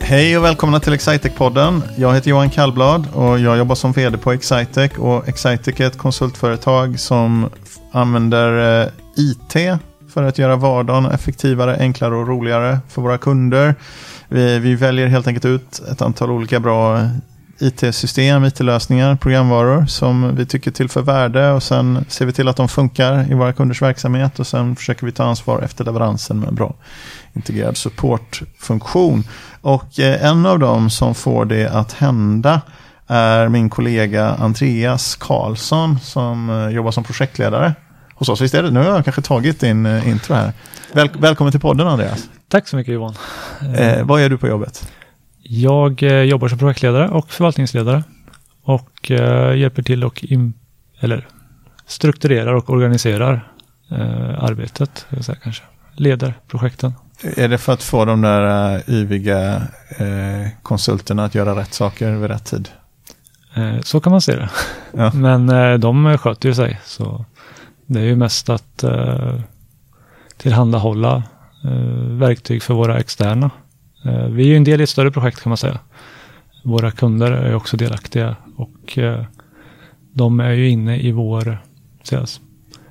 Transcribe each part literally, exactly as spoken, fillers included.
Hej och välkomna till Excitec-podden. Jag heter Johan Kallblad och jag jobbar som vd på Excitec. Och Excitec är ett konsultföretag som använder eh, I T för att göra vardagen effektivare, enklare och roligare för våra kunder. Vi, vi väljer helt enkelt ut ett antal olika bra I T-system, I T-lösningar, programvaror som vi tycker tillför värde, och sen ser vi till att de funkar i våra kunders verksamhet, och sen försöker vi ta ansvar efter leveransen med en bra integrerad supportfunktion. Och eh, en av dem som får det att hända är min kollega Andreas Karlsson som eh, jobbar som projektledare hos oss. Visst är det? Nu har jag kanske tagit din eh, intro här. Väl, välkommen till podden, Andreas. Tack så mycket, Johan. Eh, vad är du på jobbet? Jag eh, jobbar som projektledare och förvaltningsledare och eh, hjälper till och im- eller strukturerar och organiserar eh, arbetet, jag säga, kanske. Leder projekten. Är det för att få de där uh, yviga uh, konsulterna att göra rätt saker vid rätt tid? Eh, så kan man se det. Ja. Men eh, de sköter ju sig, så det är ju mest att eh, tillhandahålla eh, verktyg för våra externa. Eh, vi är ju en del i ett större projekt, kan man säga. Våra kunder är också delaktiga, och eh, de är ju inne i vår sägas,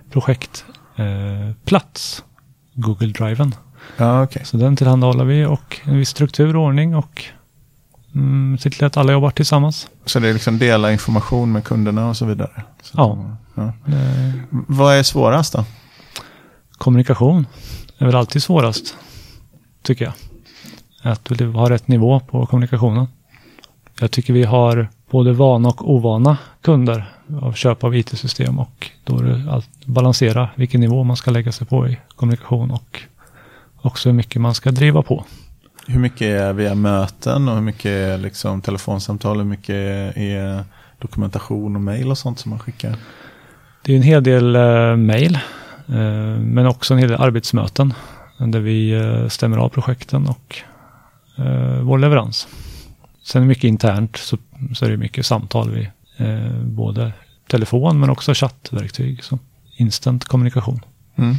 projektplats, eh, Google Driven. Ja, okay. Så den tillhandahåller vi, och en viss struktur och ordning, och mm, se till att alla jobbar tillsammans. Så det är liksom dela information med kunderna och så vidare? Så ja. ja. Det... Vad är svårast då? Kommunikation är väl alltid svårast, tycker jag. Att vi har rätt nivå på kommunikationen. Jag tycker vi har både vana och ovana kunder av köp av I T-system, och då är det att balansera vilken nivå man ska lägga sig på i kommunikation, och också hur mycket man ska driva på. Hur mycket är via möten och hur mycket är liksom telefonsamtal, hur mycket är dokumentation och mejl och sånt som man skickar? Det är en hel del eh, mejl, eh, men också en hel del arbetsmöten där vi eh, stämmer av projekten och eh, vår leverans. Sen mycket internt så, så är det mycket samtal vid eh, både telefon men också chattverktyg, så instant kommunikation. Mm.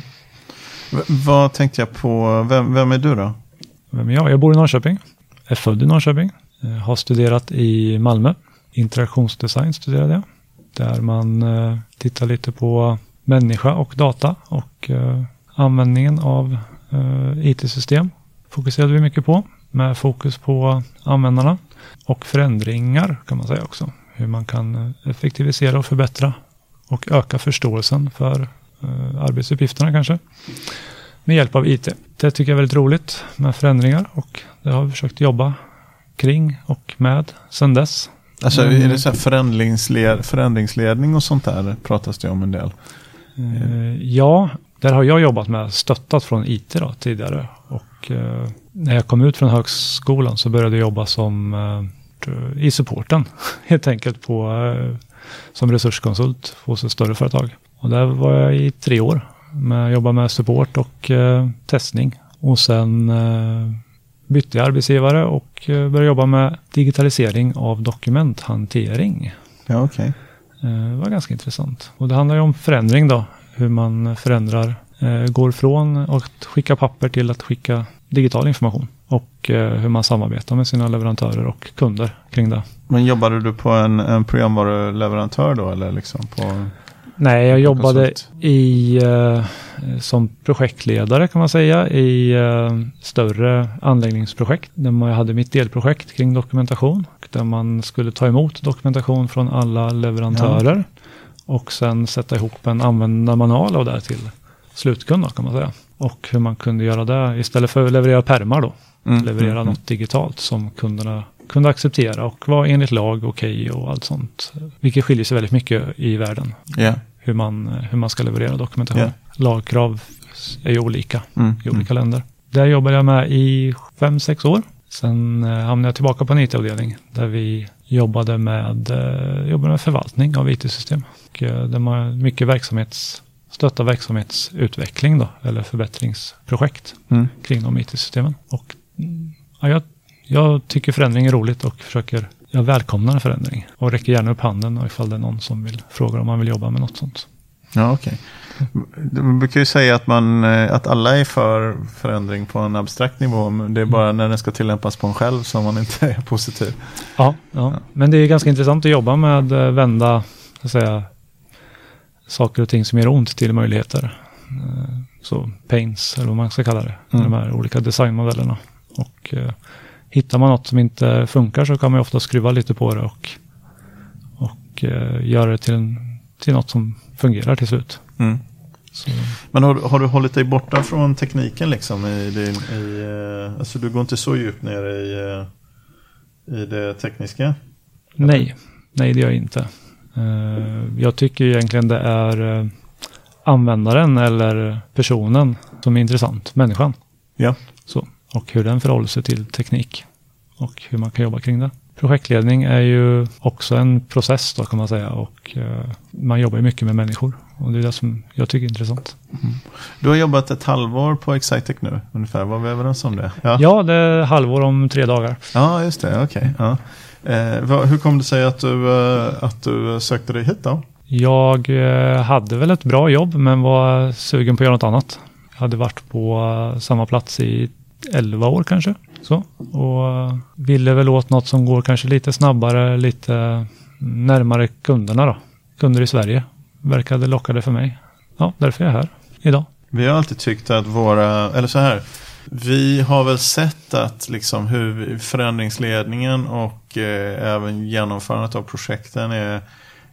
V- vad tänkte jag på? Vem, vem är du då? Vem är jag? Jag bor i Norrköping. Är född i Norrköping. Eh, har studerat i Malmö. Interaktionsdesign studerade jag. Där man eh, tittar lite på människa och data och eh, användningen av eh, I T-system. Fokuserade vi mycket på. Med fokus på användarna. Och förändringar, kan man säga också. Hur man kan effektivisera och förbättra. Och öka förståelsen för eh, arbetsuppgifterna kanske. Med hjälp av I T. Det tycker jag är väldigt roligt med förändringar, och det har vi försökt jobba kring och med sedan dess. Alltså är det så här förändringsled, förändringsledning och sånt där pratas det om en del? Eh, ja, där har jag jobbat med stöttat från I T då, tidigare. Och eh, när jag kom ut från högskolan så började jag jobba som eh, i supporten helt enkelt på, eh, som resurskonsult hos ett större företag. Och där var jag i tre år. Med jobba med support och eh, testning. Och sen eh, bytte jag arbetsgivare och eh, började jobba med digitalisering av dokumenthantering. Ja, okej. Okay. Eh, det var ganska intressant. Och det handlar ju om förändring då. Hur man förändrar, eh, går från att skicka papper till att skicka digital information. Och eh, hur man samarbetar med sina leverantörer och kunder kring det. Men jobbade du på en, en programvaruleverantör då, eller liksom på... Nej, jag jobbade i, eh, som projektledare, kan man säga, i eh, större anläggningsprojekt. Där man hade mitt delprojekt kring dokumentation. Där man skulle ta emot dokumentation från alla leverantörer. Ja. Och sen sätta ihop en användarmanual av det till slutkunder, kan man säga. Och hur man kunde göra det istället för att leverera permar då. Mm, leverera mm, något digitalt som kunderna kunde acceptera och var enligt lag okej och allt sånt. Vilket skiljer sig väldigt mycket i världen. Yeah. Hur man, hur man ska leverera dokumentation. Yeah. Lagkrav är ju olika mm, i olika mm. länder. Där jobbade jag med i fem, sex år. Sen eh, hamnade jag tillbaka på en I T-avdelning där vi jobbade med, eh, jobbade med förvaltning av I T-system. Och, eh, det var mycket verksamhets, stötta verksamhetsutveckling då, eller förbättringsprojekt mm. kring de I T-systemen. Och ja, jag, jag tycker förändring är roligt och försöker, jag välkomnar en förändring och räcker gärna upp handen ifall det är någon som vill fråga om man vill jobba med något sånt. Ja, okej. Man brukar ju säga att, man, att alla är för förändring på en abstrakt nivå. Men det är bara när den ska tillämpas på en själv som man inte är positiv. Ja, ja. Men det är ganska intressant att jobba med vända så att säga, saker och ting som gör ont till möjligheter. Så pains, eller vad man ska kalla det. Mm. De här olika designmodellerna. Och eh, hittar man något som inte funkar så kan man ofta skruva lite på det och, och eh, göra det till, en, till något som fungerar till slut. Mm. Men har, har du hållit dig borta från tekniken liksom? I, din, i, eh, alltså du går inte så djupt ner i, eh, i det tekniska? Nej, nej det gör jag inte. Uh, jag tycker egentligen det är uh, användaren eller personen som är intressant, människan. Ja. Så, och hur den förhåller sig till teknik och hur man kan jobba kring det. Projektledning är ju också en process då kan man säga och uh, man jobbar ju mycket med människor och det är det som jag tycker är intressant. Mm. Du har jobbat ett halvår på Excitec nu ungefär, var vi överens om det? Ja, ja det är halvår om tre dagar. Ja, just det, okej. Okay. Ja. Eh, vad, hur kom det sig att du, eh, att du sökte dig hit då? Jag eh, hade väl ett bra jobb men var sugen på att göra något annat. Jag hade varit på uh, samma plats i elva år kanske. Så. Och uh, ville väl åt något som går kanske lite snabbare, lite närmare kunderna då. Kunder i Sverige verkade lockade för mig. Ja, därför är jag här idag. Vi har alltid tyckt att våra, eller så här, vi har väl sett att liksom hur förändringsledningen och eh, även genomförandet av projekten är,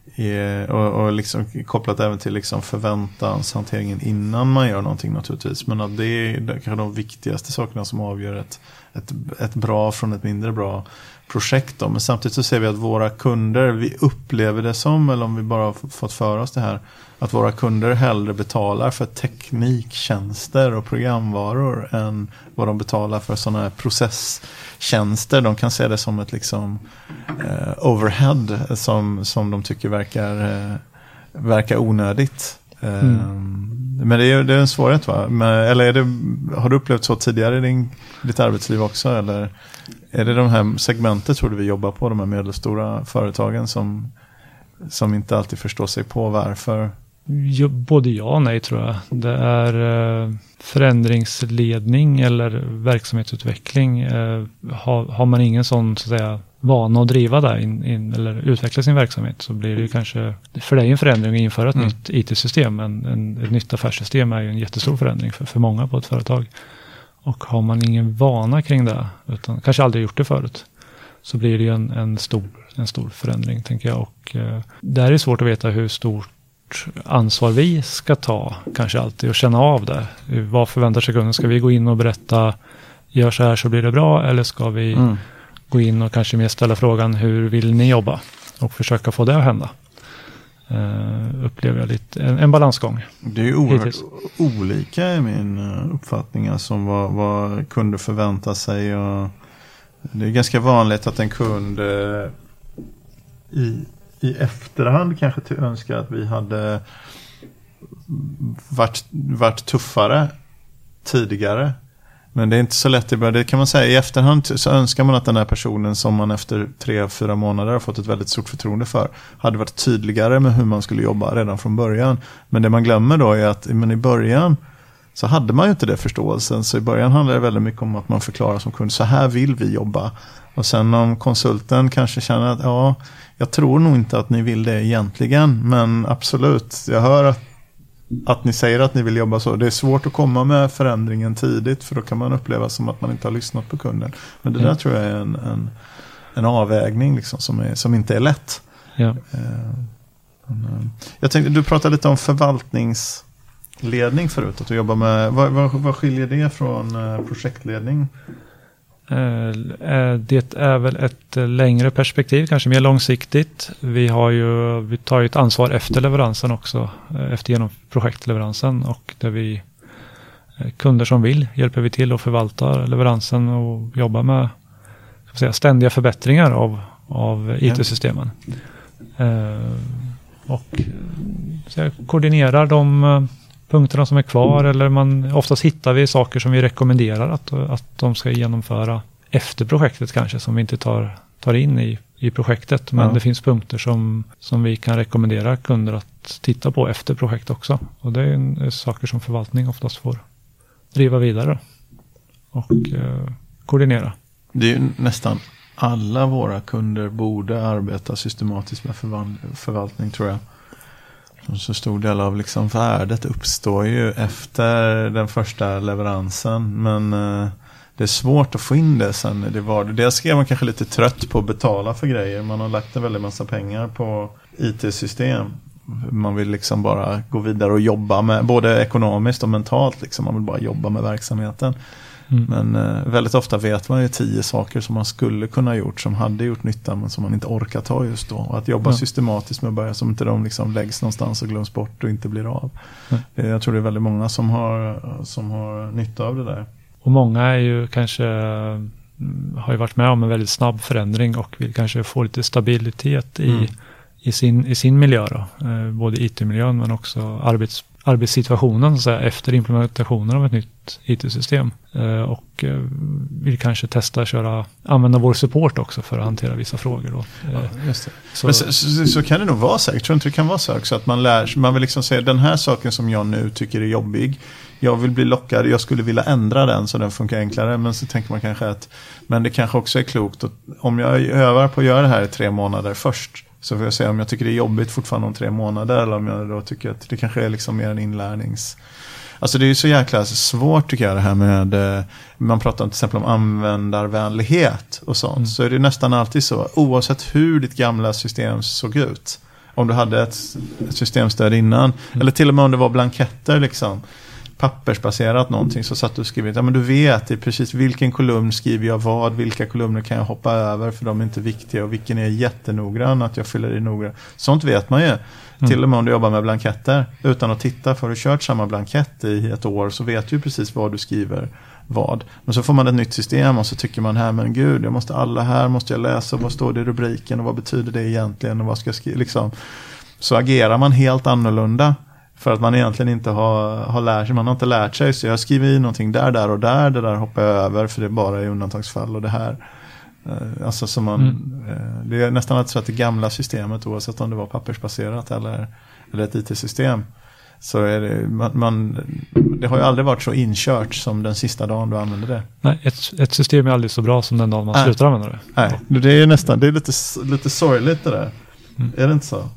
är och, och liksom kopplat även till liksom förväntanshanteringen innan man gör någonting naturligtvis. Men att det är, det är kanske de viktigaste sakerna som avgör ett, ett, ett bra från ett mindre bra projekt då. Men samtidigt så ser vi att våra kunder, vi upplever det som, eller om vi bara har fått för oss det här, att våra kunder hellre betalar för tekniktjänster och programvaror än vad de betalar för sådana här processtjänster. De kan se det som ett liksom eh, overhead som, som de tycker verkar, eh, verkar onödigt. Eh, mm. Men det är, det är en svårighet va? Men, eller är det, har du upplevt så tidigare i din, ditt arbetsliv också? Eller är det de här segmentet tror du vi jobbar på, de här medelstora företagen som, som inte alltid förstår sig på varför? Jo, både ja och nej tror jag. Det är eh, förändringsledning eller verksamhetsutveckling. Eh, har, har man ingen sån så att säga vana att driva där in, in, eller utveckla sin verksamhet så blir det ju kanske, för det är en förändring att införa ett mm. nytt I T-system. En, en, ett nytt affärssystem är ju en jättestor förändring för, för många på ett företag. Och har man ingen vana kring det, utan kanske aldrig gjort det förut, så blir det ju en, en, stor, en stor förändring tänker jag. Och eh, där är det svårt att veta hur stort ansvar vi ska ta, kanske alltid, och känna av det. Vad förväntar sig kunden? Ska vi gå in och berätta, gör så här så blir det bra, eller ska vi mm. gå in och kanske mer ställa frågan, hur vill ni jobba? Och försöka få det att hända. Uh, upplever jag lite en, en balansgång. Det är ju oerhört hittills olika i min uppfattning, alltså vad, vad kunder förväntar sig. Och det är ganska vanligt att en kund uh, i, i efterhand kanske till önskar att vi hade varit, varit tuffare tidigare. Men det är inte så lätt i början. Det kan man säga. I efterhand så önskar man att den här personen som man efter tre, fyra månader har fått ett väldigt stort förtroende för hade varit tydligare med hur man skulle jobba redan från början. Men det man glömmer då är att men i början så hade man ju inte det förståelsen. Så i början handlar det väldigt mycket om att man förklarar som kund, så här vill vi jobba. Och sen om konsulten kanske känner att ja, jag tror nog inte att ni vill det egentligen. Men absolut, jag hör att att ni säger att ni vill jobba så. Det är svårt att komma med förändringen tidigt, för då kan man uppleva som att man inte har lyssnat på kunden. Men det mm. där tror jag är en, en, en avvägning liksom, som, är, som inte är lätt. Ja. Eh, men, jag tänkte, du pratade lite om förvaltningsledning förut. Att du jobbar med, vad, vad, vad skiljer det från eh, projektledning? Det är väl ett längre perspektiv, kanske mer långsiktigt. Vi, har ju, vi tar ju ett ansvar efter leveransen också, efter genom projektleveransen, och där vi kunder som vill hjälper vi till att förvalta leveransen och jobba med ska säga, ständiga förbättringar av, av I T-systemen. Mm. Och så jag koordinerar de punkterna som är kvar, eller man, oftast hittar vi saker som vi rekommenderar att, att de ska genomföra efter projektet kanske, som vi inte tar, tar in i i projektet. Men ja. det finns punkter som, som vi kan rekommendera kunder att titta på efter projekt också. Och det är, en, är saker som förvaltning oftast får driva vidare och eh, koordinera. Det är ju nästan alla våra kunder borde arbeta systematiskt med förval- förvaltning, tror jag. Och så stor del av liksom värdet uppstår ju efter den första leveransen, men eh, det är svårt att få in det sen. Det var det. Dels är man kanske lite trött på att betala för grejer. Man har lagt en väldigt massa pengar på I T-system. Man vill liksom bara gå vidare och jobba med, både ekonomiskt och mentalt liksom. Man vill bara jobba med verksamheten. Mm. Men eh, väldigt ofta vet man ju tio saker som man skulle kunna gjort, som hade gjort nytta, men som man inte orkar ta just då. Och att jobba ja. systematiskt med att börja, som inte de liksom läggs någonstans och glöms bort och inte blir av. Mm. Jag tror det är väldigt många som har, som har nytta av det där. Och många är ju kanske, har ju varit med om en väldigt snabb förändring och vill kanske få lite stabilitet i, mm. i, sin, i sin miljö då. Eh, både I T-miljön men också arbets, arbetssituationen så här, efter implementationen av ett nytt I T-system. Eh, och eh, vill kanske testa att köra, använda vår support också för att hantera vissa frågor då. Eh, ja, just det. Så, men så, så, så kan det nog vara så. Jag tror inte det kan vara så också att man lär sig, man vill liksom säga den här saken som jag nu tycker är jobbig. Jag vill bli lockad, jag skulle vilja ändra den så den funkar enklare, men så tänker man kanske att, men det kanske också är klokt att om jag övar på att göra det här i tre månader först, så får jag se om jag tycker det är jobbigt fortfarande om tre månader, eller om jag då tycker att det kanske är liksom mer en inlärnings... Alltså det är ju så jäkla svårt tycker jag det här med, man pratar till exempel om användarvänlighet och sånt, mm. så är det nästan alltid så, oavsett hur ditt gamla system såg ut, om du hade ett, ett systemstöd innan, mm. eller till och med om det var blanketter liksom, pappersbaserat någonting, så satt du och skrev, ja men du vet i precis vilken kolumn skriver jag vad, vilka kolumner kan jag hoppa över för de är inte viktiga och vilken är jättenoggrann att jag fyller i noggrann. Sånt vet man ju. Mm. Till och med om du jobbar med blanketter utan att titta, för du kört samma blankett i ett år så vet du precis vad du skriver vad. Men så får man ett nytt system och så tycker man här, men gud, jag måste alla här måste jag läsa, vad står det i rubriken och vad betyder det egentligen och vad ska jag skriva liksom. Så agerar man helt annorlunda. För att man egentligen inte har, har lärt sig, man har inte lärt sig. Så jag skriver i någonting där, där och där. Det där hoppar jag över för det är bara i undantagsfall och det här. Eh, alltså som man, mm. eh, det är nästan alltid så att det gamla systemet, oavsett om det var pappersbaserat eller, eller ett I T-system. Så är det, man, man, det har ju aldrig varit så inkört som den sista dagen du använder det. Nej, ett, ett system är aldrig så bra som den dagen man Nej. slutar använda det. Nej, det är nästan, det är lite, lite sorgligt det där. Mm. Är det inte så?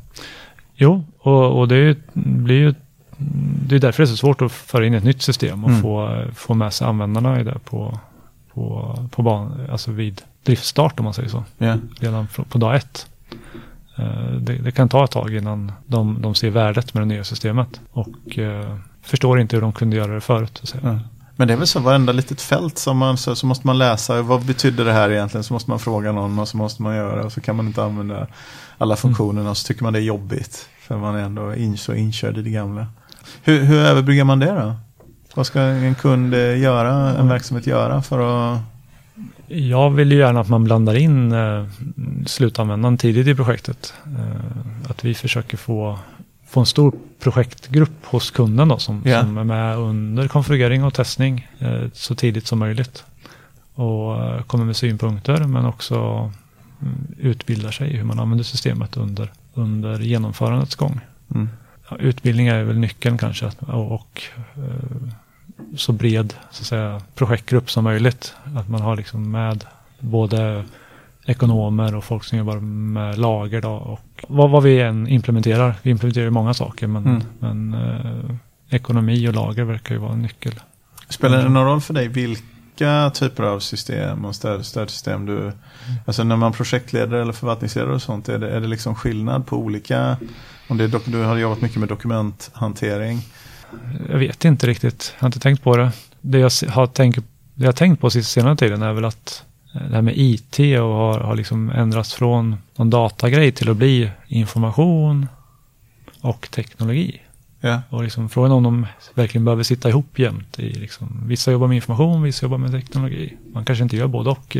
Jo, och, och det är ju, blir ju det är därför det är så svårt att föra in ett nytt system och mm. få, få med sig användarna i det på, på, på ban, alltså vid driftstart om man säger så. Yeah. Redan på, på dag ett. Det, det kan ta ett tag innan de, de ser värdet med det nya systemet och eh, förstår inte hur de kunde göra det förut. Så. Mm. Men det är väl så, varenda litet fält som man, så, så måste man läsa, vad betyder det här egentligen, så måste man fråga någon och så måste man göra och så kan man inte använda alla funktionerna mm. och så tycker man det är jobbigt för man är ändå in, så inkörd i det gamla. Hur, hur överbryggar man det då? Vad ska en kund göra, en verksamhet göra för att... Jag vill ju gärna att man blandar in eh, slutanvändaren tidigt i projektet. Eh, att vi försöker få, få en stor projektgrupp hos kunden då, som, yeah. som är med under konfigurering och testning eh, så tidigt som möjligt. Och eh, kommer med synpunkter men också mm, utbildar sig i hur man använder systemet under, under genomförandets gång. Mm. Ja, utbildning är väl nyckeln kanske och, och eh, så bred så att säga, projektgrupp som möjligt. Att man har liksom med både ekonomer och folk som jobbar med lager då, och vad, vad vi än implementerar. Vi implementerar många saker men, mm. men eh, ekonomi och lager verkar ju vara en nyckel. Spelar det någon roll för dig vilka typer av system och stöd, stödsystem du, mm. alltså när man projektleder eller förvaltningsleder och sånt, är det, är det liksom skillnad på olika, om det är dok, du har jobbat mycket med dokumenthantering? Jag vet inte riktigt. Jag har inte tänkt på det. Det jag har tänkt, det jag har tänkt på sista senare tiden är väl att det här med I T och har, har liksom ändrats från någon datagrej till att bli information och teknologi. Ja. Och liksom frågan om de verkligen behöver sitta ihop jämt. I liksom, vissa jobbar med information, vissa jobbar med teknologi. Man kanske inte gör både och.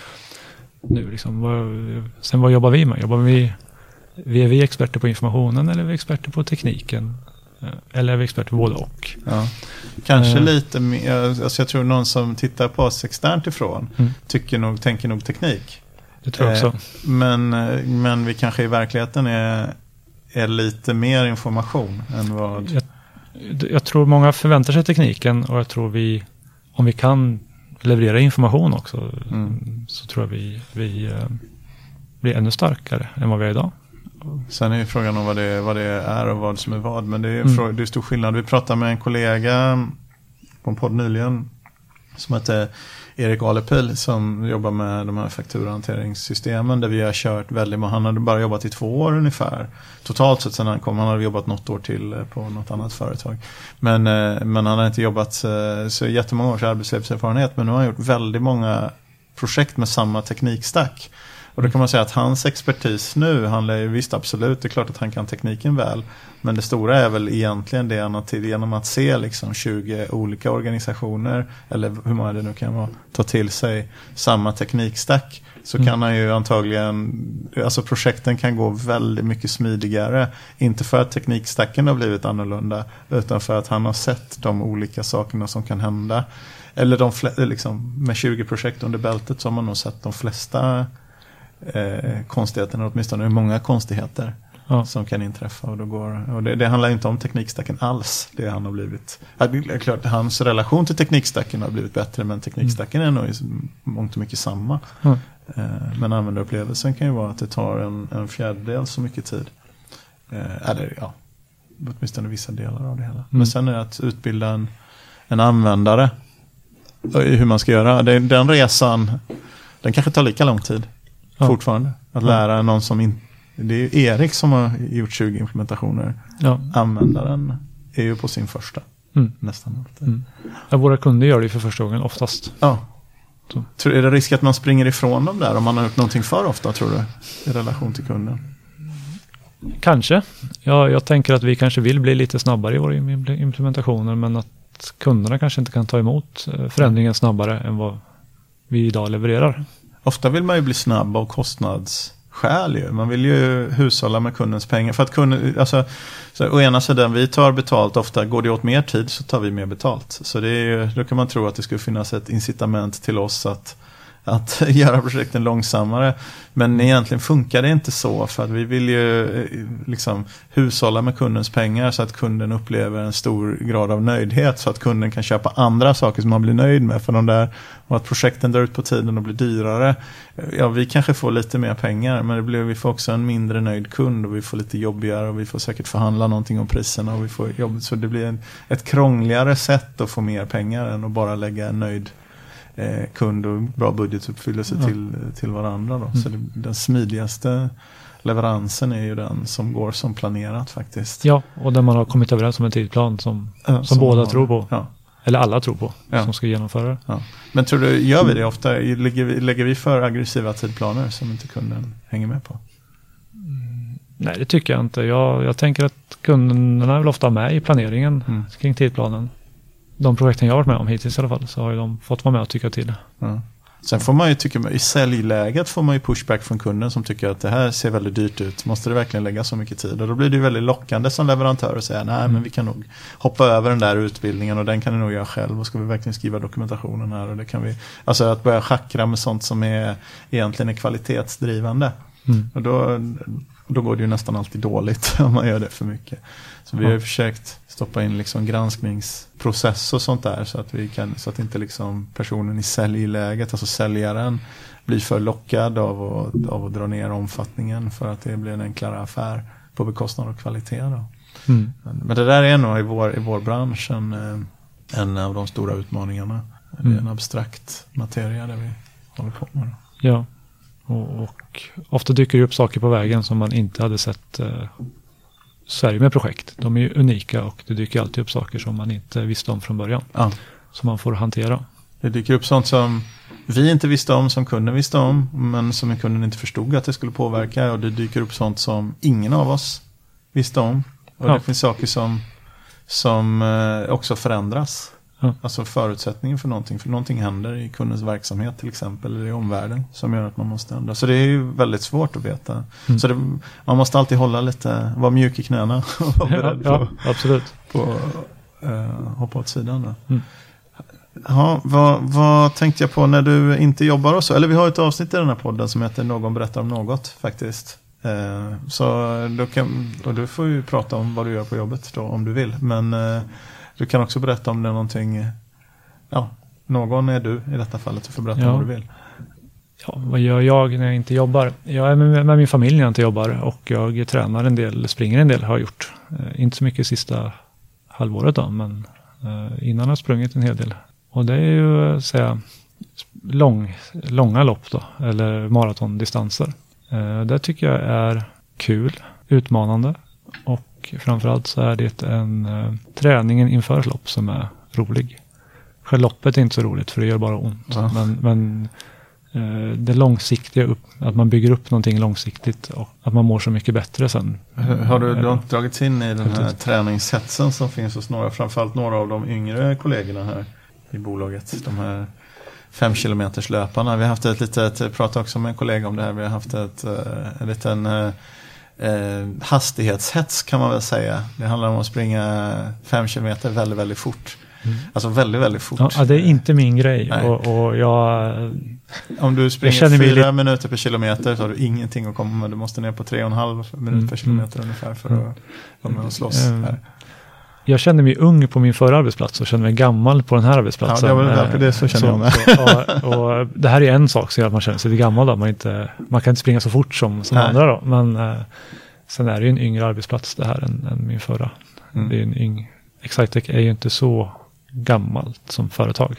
Nu liksom, vad, sen vad jobbar vi med? Jobbar vi, vi är vi experter på informationen eller är vi experter på tekniken? Eller är vi experter på både och? Ja. Kanske uh, lite mer, alltså jag tror någon som tittar på oss externt ifrån mm. tycker nog, tänker nog teknik. Det tror jag också. Eh, men, men vi kanske i verkligheten är, är lite mer information än vad... Jag, jag tror många förväntar sig tekniken och jag tror vi, om vi kan leverera information också, mm. så tror jag vi, vi eh, blir ännu starkare än vad vi är idag. Sen är ju frågan om vad det, vad det är och vad som är vad. Men det är, mm. fråga, det är stor skillnad. Vi pratade med en kollega på en podd nyligen som heter Erik Alepil som jobbar med de här fakturahanteringssystemen där vi har kört väldigt många. Han hade bara jobbat i två år ungefär. Totalt sett sen han kom. Han hade jobbat något år till på något annat företag. Men, men han har inte jobbat så jättemånga års arbetslivserfarenhet. Men nu har han gjort väldigt många projekt med samma teknikstack. Och då kan man säga att hans expertis nu handlar ju visst absolut, det är klart att han kan tekniken väl. Men det stora är väl egentligen det han har till genom att se liksom tjugo olika organisationer eller hur många det nu kan vara, ta till sig samma teknikstack. Så mm. kan han ju antagligen, alltså projekten kan gå väldigt mycket smidigare. Inte för att teknikstacken har blivit annorlunda utan för att han har sett de olika sakerna som kan hända. Eller de fl- liksom, med tjugo projekt under bältet så har man nog sett de flesta Eh, konstigheterna, åtminstone många konstigheter ja. som kan inträffa och, då går, och det, det handlar inte om teknikstacken alls, det han har blivit ja, det är klart, hans relation till teknikstacken har blivit bättre, men teknikstacken mm. är nog mångt och mycket samma mm. eh, men användarupplevelsen kan ju vara att det tar en, en fjärdedel så mycket tid eh, eller ja, åtminstone vissa delar av det hela mm. men sen är det att utbilda en, en användare i hur man ska göra, det, den resan den kanske tar lika lång tid ja. fortfarande. Att lära någon som inte... Det är ju Erik som har gjort tjugo implementationer. Ja. Användaren är ju på sin första. Mm. Nästan alltid. Mm. Ja, våra kunder gör det för första gången oftast. Ja. Så. Är det risk att man springer ifrån dem där om man har gjort någonting för ofta, tror du? I relation till kunden? Kanske. Ja, jag tänker att vi kanske vill bli lite snabbare i våra implementationer, men att kunderna kanske inte kan ta emot förändringen snabbare än vad vi idag levererar. Ofta vill man ju bli snabb av kostnadsskäl ju. Man vill ju hushålla med kundens pengar. För att kunden, alltså, så å ena sidan, vi tar betalt ofta. Går det åt mer tid så tar vi mer betalt. Så det är ju, då kan man tro att det skulle finnas ett incitament till oss att, att göra projekten långsammare. Men egentligen funkar det inte så, för att vi vill ju liksom hushålla med kundens pengar så att kunden upplever en stor grad av nöjdhet, så att kunden kan köpa andra saker som man blir nöjd med för de där, och att projekten drar ut på tiden och blir dyrare. Ja, vi kanske får lite mer pengar, men det blir, vi får också en mindre nöjd kund och vi får lite jobbigare och vi får säkert förhandla någonting om priserna och vi får jobb, så det blir en, ett krångligare sätt att få mer pengar än att bara lägga en nöjd Eh, kund och bra budgetuppfyllelse ja. till, till varandra då. Mm. Så det, den smidigaste leveransen är ju den som går som planerat faktiskt. Ja, och där man har kommit överens om en tidplan som, ja, som, som båda har, tror på. Ja. Eller alla tror på, ja. som ska genomföra det. Ja. Men tror du, gör vi det ofta? Lägger vi, lägger vi för aggressiva tidplaner som inte kunden hänger med på? Mm, nej, det tycker jag inte. Jag, jag tänker att kunderna är väl ofta med i planeringen mm. kring tidplanen. De projekten jag har varit med om hittills i alla fall, så har ju de fått vara med och tycka till. Ja. Sen får man ju, tycker i säljläget får man ju pushback från kunden som tycker att det här ser väldigt dyrt ut. Måste det verkligen lägga så mycket tid? Och då blir det ju väldigt lockande som leverantör att säga nej mm. men vi kan nog hoppa över den där utbildningen och den kan ni nog göra själv. Och ska vi verkligen skriva dokumentationen här? Och det kan vi, alltså att börja schackra med sånt som är egentligen är kvalitetsdrivande. Mm. Och då, då går det ju nästan alltid dåligt om man gör det för mycket. Så vi har ju försökt stoppa in liksom granskningsprocess och sånt där så att vi kan, så att inte liksom personen i säljläget, alltså säljaren, blir för lockad av att, av att dra ner omfattningen för att det blir en enklare affär på bekostnad av kvalitet då. Mm. Men, men det där är nog i vår, i vår bransch en, en av de stora utmaningarna. Mm. Det är en abstrakt materia där vi håller på med. Då. Ja, och, och ofta dyker det upp saker på vägen som man inte hade sett eh, Sverige med projekt. De är ju unika och det dyker alltid upp saker som man inte visste om från början. Ja. Som man får hantera. Det dyker upp sånt som vi inte visste om, som kunden visste om, men som kunden inte förstod att det skulle påverka. Och det dyker upp sånt som ingen av oss visste om. Och ja. det finns saker som, som också förändras. Ja. Alltså förutsättningen för någonting. För någonting händer i kundens verksamhet till exempel, eller i omvärlden, som gör att man måste ändra. Så det är ju väldigt svårt att veta. Mm. Så det, man måste alltid hålla lite, vara mjuk i knäna och vara beredd ja, på, ja, absolut. på uh, hoppa åt sidan. Då. Mm. Ja, vad, vad tänkte jag på när du inte jobbar och så? Eller vi har ett avsnitt i den här podden som heter Någon berättar om något faktiskt. Eh, så då kan, och du får ju prata om vad du gör på jobbet då om du vill. Men eh, du kan också berätta om det är någonting, ja, någon är du i detta fallet, du får berätta ja. om vad du vill. Ja, vad gör jag när jag inte jobbar? Jag är med, med min familj när jag inte jobbar och jag tränar en del, springer en del har jag gjort. Eh, inte så mycket sista halvåret då, men eh, innan har jag sprungit en hel del. Och det är ju säga, lång, långa lopp då, eller maratondistanser. Eh, det tycker jag är kul, utmanande och framförallt så är det en eh, träningen inför ett lopp som är rolig. Själv loppet är inte så roligt för det gör bara ont. Ja. Men, men eh, det långsiktiga, upp, att man bygger upp någonting långsiktigt och att man mår så mycket bättre sen. Har du, du har dragits in i den här träningshetsen som finns hos några, framförallt några av de yngre kollegorna här i bolaget, de här fem kilometers löparna. Vi har haft ett litet, jag pratade också med en kollega om det här, vi har haft ett, en liten eh, hastighetshets kan man väl säga. Det handlar om att springa fem kilometer väldigt, väldigt fort. Mm. Alltså väldigt, väldigt fort. Ja, det är inte min grej. Och, och jag, om du springer fyra lite... minuter per kilometer så har du ingenting att komma med. Du måste ner på tre och en halv minut mm. per kilometer mm. ungefär för att vara med och slåss mm. här. Jag kände mig ung på min förra arbetsplats och kände mig gammal på den här arbetsplatsen. Ja, det var därför det så känner jag med. Så, och, och det här är en sak som gör att man känner sig lite gammal då. Man, inte, man kan inte springa så fort som, som andra då. Men eh, sen är det ju en yngre arbetsplats det här än, än min förra. Mm. Det är en yng... Excitec är ju inte så gammalt som företag.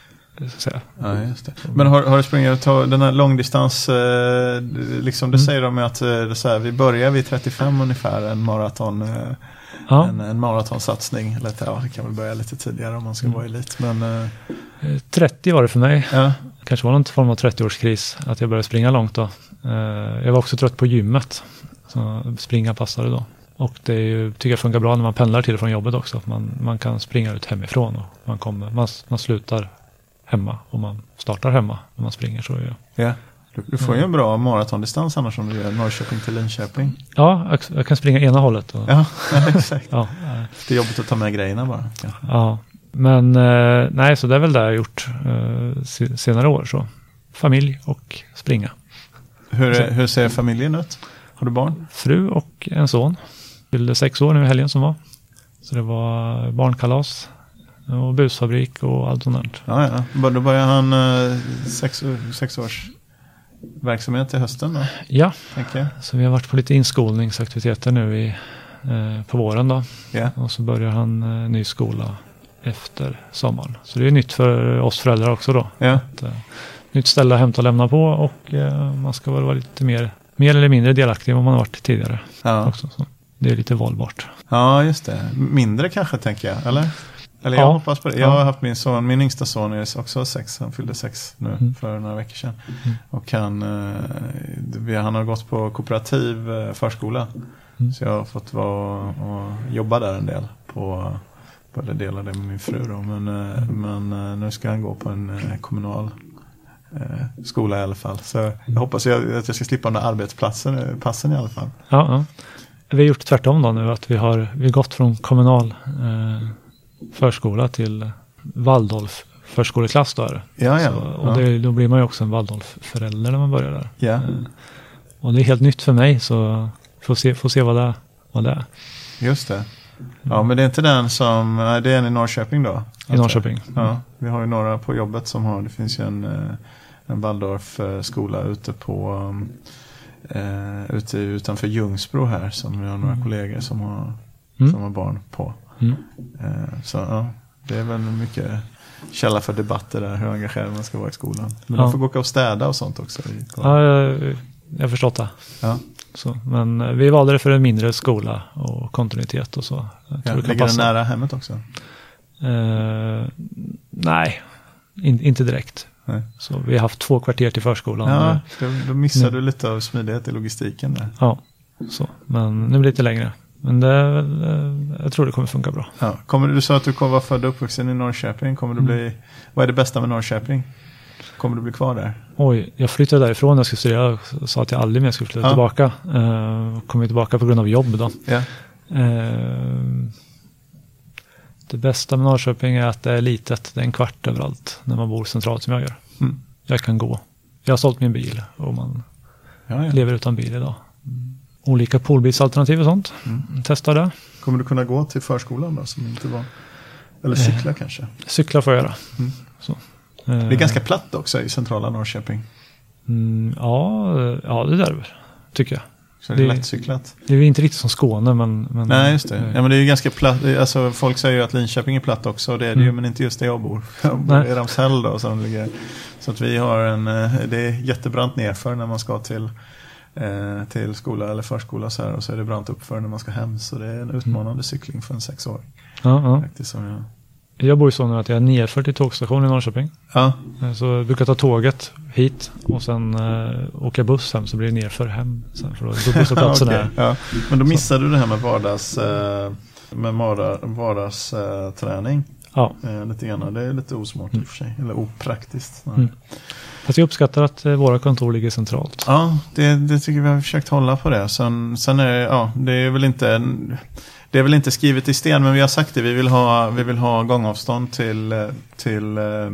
Säga. Ja, just det. Men har, har du sprungit den här långdistans eh, liksom det mm. säger de att eh, så här, vi börjar vid trettiofem ungefär en maraton eh, ja. en, en maratonsatsning eller ja, det kan väl börja lite tidigare om man ska mm. vara elit men eh. trettio var det för mig. Ja. Kanske var det inte form av trettio-årskris att jag började springa långt då. Eh, jag var också trött på gymmet så springa passade då. Och det är ju, tycker jag funkar bra när man pendlar till från jobbet också. Man, man kan springa ut hemifrån och man, kommer, man, man slutar hemma och man startar hemma när man springer. Så ja. Ja, du, du får ju en bra maratondistans annars om du gör Norrköping till Linköping. Ja, jag, jag kan springa ena hållet. Och, ja, exakt. ja, det är jobbigt att ta med grejerna bara. Ja, ja men eh, nej, så det är väl det jag har gjort eh, senare år. Så. Familj och springa. Hur, är, hur ser familjen ut? Har du barn? Fru och en son. Fyllde sex år nu i helgen som var. Så det var barnkalas och busfabrik och allt sånt. Ja, ja. Då börjar han eh, sex, sex års verksamhet till hösten då? Ja, okay. Så vi har varit på lite inskolningsaktiviteter nu i, eh, på våren då. Yeah. Och så börjar han eh, ny skola efter sommaren. Så det är nytt för oss föräldrar också då. Yeah. Ett, eh, nytt ställe att hämta och lämna på och eh, man ska väl vara lite mer, mer eller mindre delaktig än vad man har varit tidigare. Ja. Också, så. Det är lite valbart. Ja, just det. Mindre kanske tänker jag, eller? Eller jag ja. hoppas på det. Jag har haft min son, min yngsta son är också sex. Han fyllde sex nu mm. för några veckor sedan. Mm. Och han, eh, han har gått på kooperativ eh, förskola. Mm. Så jag har fått vara och jobba där en del. På, på det dela det med min fru då. Men, eh, mm. men eh, nu ska han gå på en eh, kommunal eh, skola i alla fall. Så jag hoppas jag, att jag ska slippa den där arbetsplatsen, passen i alla fall. Ja, ja. Vi har gjort tvärtom då nu. Att vi har, vi har gått från kommunal eh, förskola till Waldorf förskoleklass då är det. Ja, ja. Så, och det, då blir man ju också en Waldorf-förälder när man börjar där. Ja. Eh, och det är helt nytt för mig så får se, får se vad, det, vad det är. Just det. Ja, men det är inte den som, det är en i Norrköping då? I Norrköping. Ja, vi har ju några på jobbet som har, det finns ju en, en Waldorf-skola ute på uh, ute utanför Ljungsbro här som vi har några mm. kollegor som har, mm. som har barn på. Mm. Uh, så ja, det är väl mycket källa för debatter där, hur engagerad man ska vara i skolan. Men ja. De får gå och städa och sånt också. På. Ja, jag, jag har förstått det. Ja. Så, men vi valde det för en mindre skola och kontinuitet och så. Jag tror ja, det ligger det nära hemmet också? Uh, nej, in, inte direkt. Nej. Så vi har haft två kvarter till förskolan. Ja, då, då missar nu. Du lite av smidighet i logistiken där. Ja, så. Men nu blir det lite längre. Men det, jag tror det kommer funka bra. Ja. Kommer, du sa att du kommer vara född och uppvuxen i Norrköping. Kommer du bli, mm. Vad är det bästa med Norrköping? Kommer du bli kvar där? Oj, jag flyttade därifrån när jag skulle studera och sa att jag aldrig mer skulle flytta ja. tillbaka. Uh, kommer tillbaka på grund av jobb då. Ja. Uh, Det bästa med Norrköping är att det är litet. Det är en kvart överallt när man bor centralt som jag gör. Mm. Jag kan gå. Jag har sålt min bil och man ja, ja. lever utan bil idag. Mm. Olika poolbilsalternativ och sånt. Mm. Testa det. Kommer du kunna gå till förskolan då som inte var... Eller cykla eh, kanske? Cykla får jag göra. Mm. Så. Det är ganska platt också i centrala Norrköping. Mm, ja, ja, det där tycker jag. Så det är lättcyklat. Det är inte riktigt som Skåne, men... men nej, just det. Ja, men det är ju ganska platt. Alltså, folk säger ju att Linköping är platt också. Och det är det mm. ju, men inte just där jag bor. Jag bor i Ramshäll då. Så, ligger, så att vi har en... Det är jättebrant nerför när man ska till, eh, till skola eller förskola. Så här, och så är det brant uppför när man ska hem. Så det är en utmanande mm. cykling för en sexåring. Ja, ja. Faktiskt, som jag... Jag bor ju så nu att jag är nerför till tågstationen i Norrköping. Ja. Så jag brukar ta tåget hit och sen äh, åka buss hem, så blir det nerför hem. Sen för då busshållplatsen okay, är. Ja. Men då missade så. Du det här med vardags äh, med vardagsträning. Äh, ja. Äh, lite grann. Det är lite osmart mm. i och för sig. Eller opraktiskt. Mm. Fast jag uppskattar att äh, våra kontor ligger centralt. Ja, det, det tycker vi har försökt hålla på det. Sen, sen är ja, det är väl inte... En, Det är väl inte skrivet i sten, men vi har sagt det. Vi vill ha, vi vill ha gångavstånd till, till eh,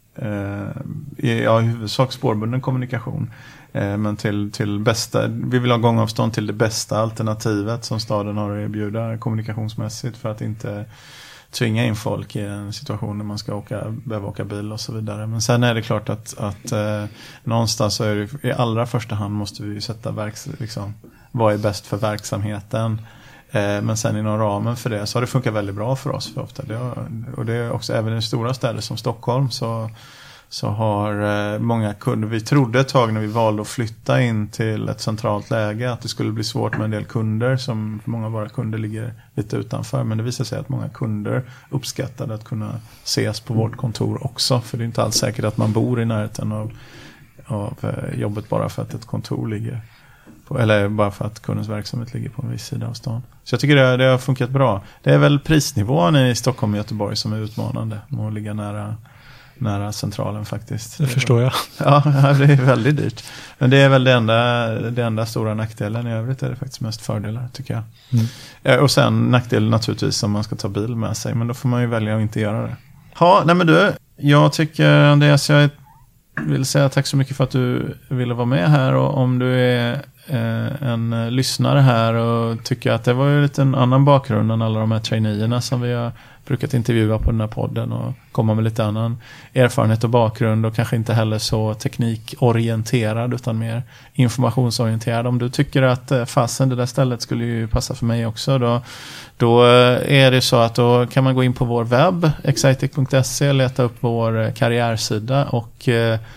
ja, i huvudsak spårbunden kommunikation. Eh, men till, till bästa, vi vill ha gångavstånd till det bästa alternativet som staden har att erbjuda kommunikationsmässigt för att inte tvinga in folk i en situation när man ska åka, behöva åka bil och så vidare. Men sen är det klart att, att eh, någonstans så är det, i allra första hand måste vi sätta verks, liksom, vad är bäst för verksamheten. Men sen inom ramen för det så har det funkat väldigt bra för oss för ofta. Det har, och det är också även i stora städer som Stockholm så, så har många kunder, vi trodde ett tag när vi valde att flytta in till ett centralt läge att det skulle bli svårt med en del kunder, som många av våra kunder ligger lite utanför, men det visar sig att många kunder uppskattade att kunna ses på vårt kontor också, för det är inte alls säkert att man bor i närheten av, av jobbet bara för att ett kontor ligger på, eller bara för att kundens verksamhet ligger på en viss sida av stan. Så jag tycker det, det har funkat bra. Det är väl prisnivån i Stockholm och Göteborg som är utmanande med att ligga nära, nära centralen faktiskt. Det förstår jag. Ja, det är väldigt dyrt. Men det är väl det enda, det enda stora nackdelen. I övrigt är det faktiskt mest fördelar, tycker jag. Mm. Och sen nackdelen naturligtvis om man ska ta bil med sig. Men då får man ju välja att inte göra det. Ja, nej men du, jag tycker Andreas, jag vill säga tack så mycket för att du ville vara med här. Och om du är en lyssnare här och tycker att det var ju lite en annan bakgrund än alla de här traineerna som vi har brukat intervjua på den här podden, och komma med lite annan erfarenhet och bakgrund och kanske inte heller så teknikorienterad utan mer informationsorienterad. Om du tycker att fasen, det där stället skulle ju passa för mig också, då, då är det så att då kan man gå in på vår webb excitec punkt se, leta upp vår karriärsida och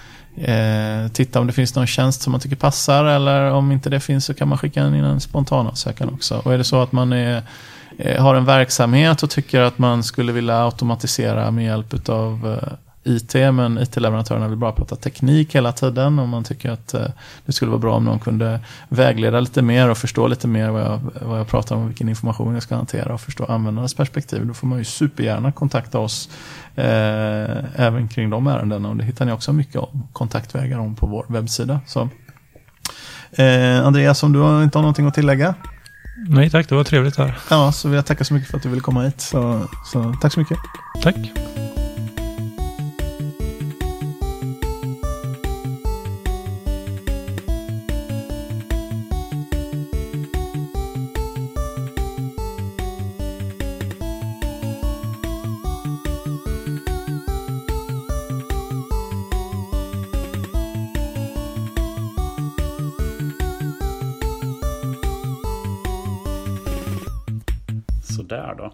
Eh, titta om det finns någon tjänst som man tycker passar, eller om inte det finns så kan man skicka in en spontanansökan också. Och är det så att man är, eh, har en verksamhet och tycker att man skulle vilja automatisera med hjälp av eh, I T, men I T-leverantörerna vill bara prata teknik hela tiden, och man tycker att eh, det skulle vara bra om någon kunde vägleda lite mer och förstå lite mer vad jag, vad jag pratar om, vilken information jag ska hantera och förstå användarnas perspektiv, då får man ju supergärna kontakta oss eh, även kring de ärendena, och det hittar ni också mycket om kontaktvägar om på vår webbsida. Så eh, Andreas, om du inte har någonting att tillägga? Nej tack, det var trevligt här. Ja, så vill jag tacka så mycket för att du ville komma hit. Så, så tack så mycket. Tack. Där då.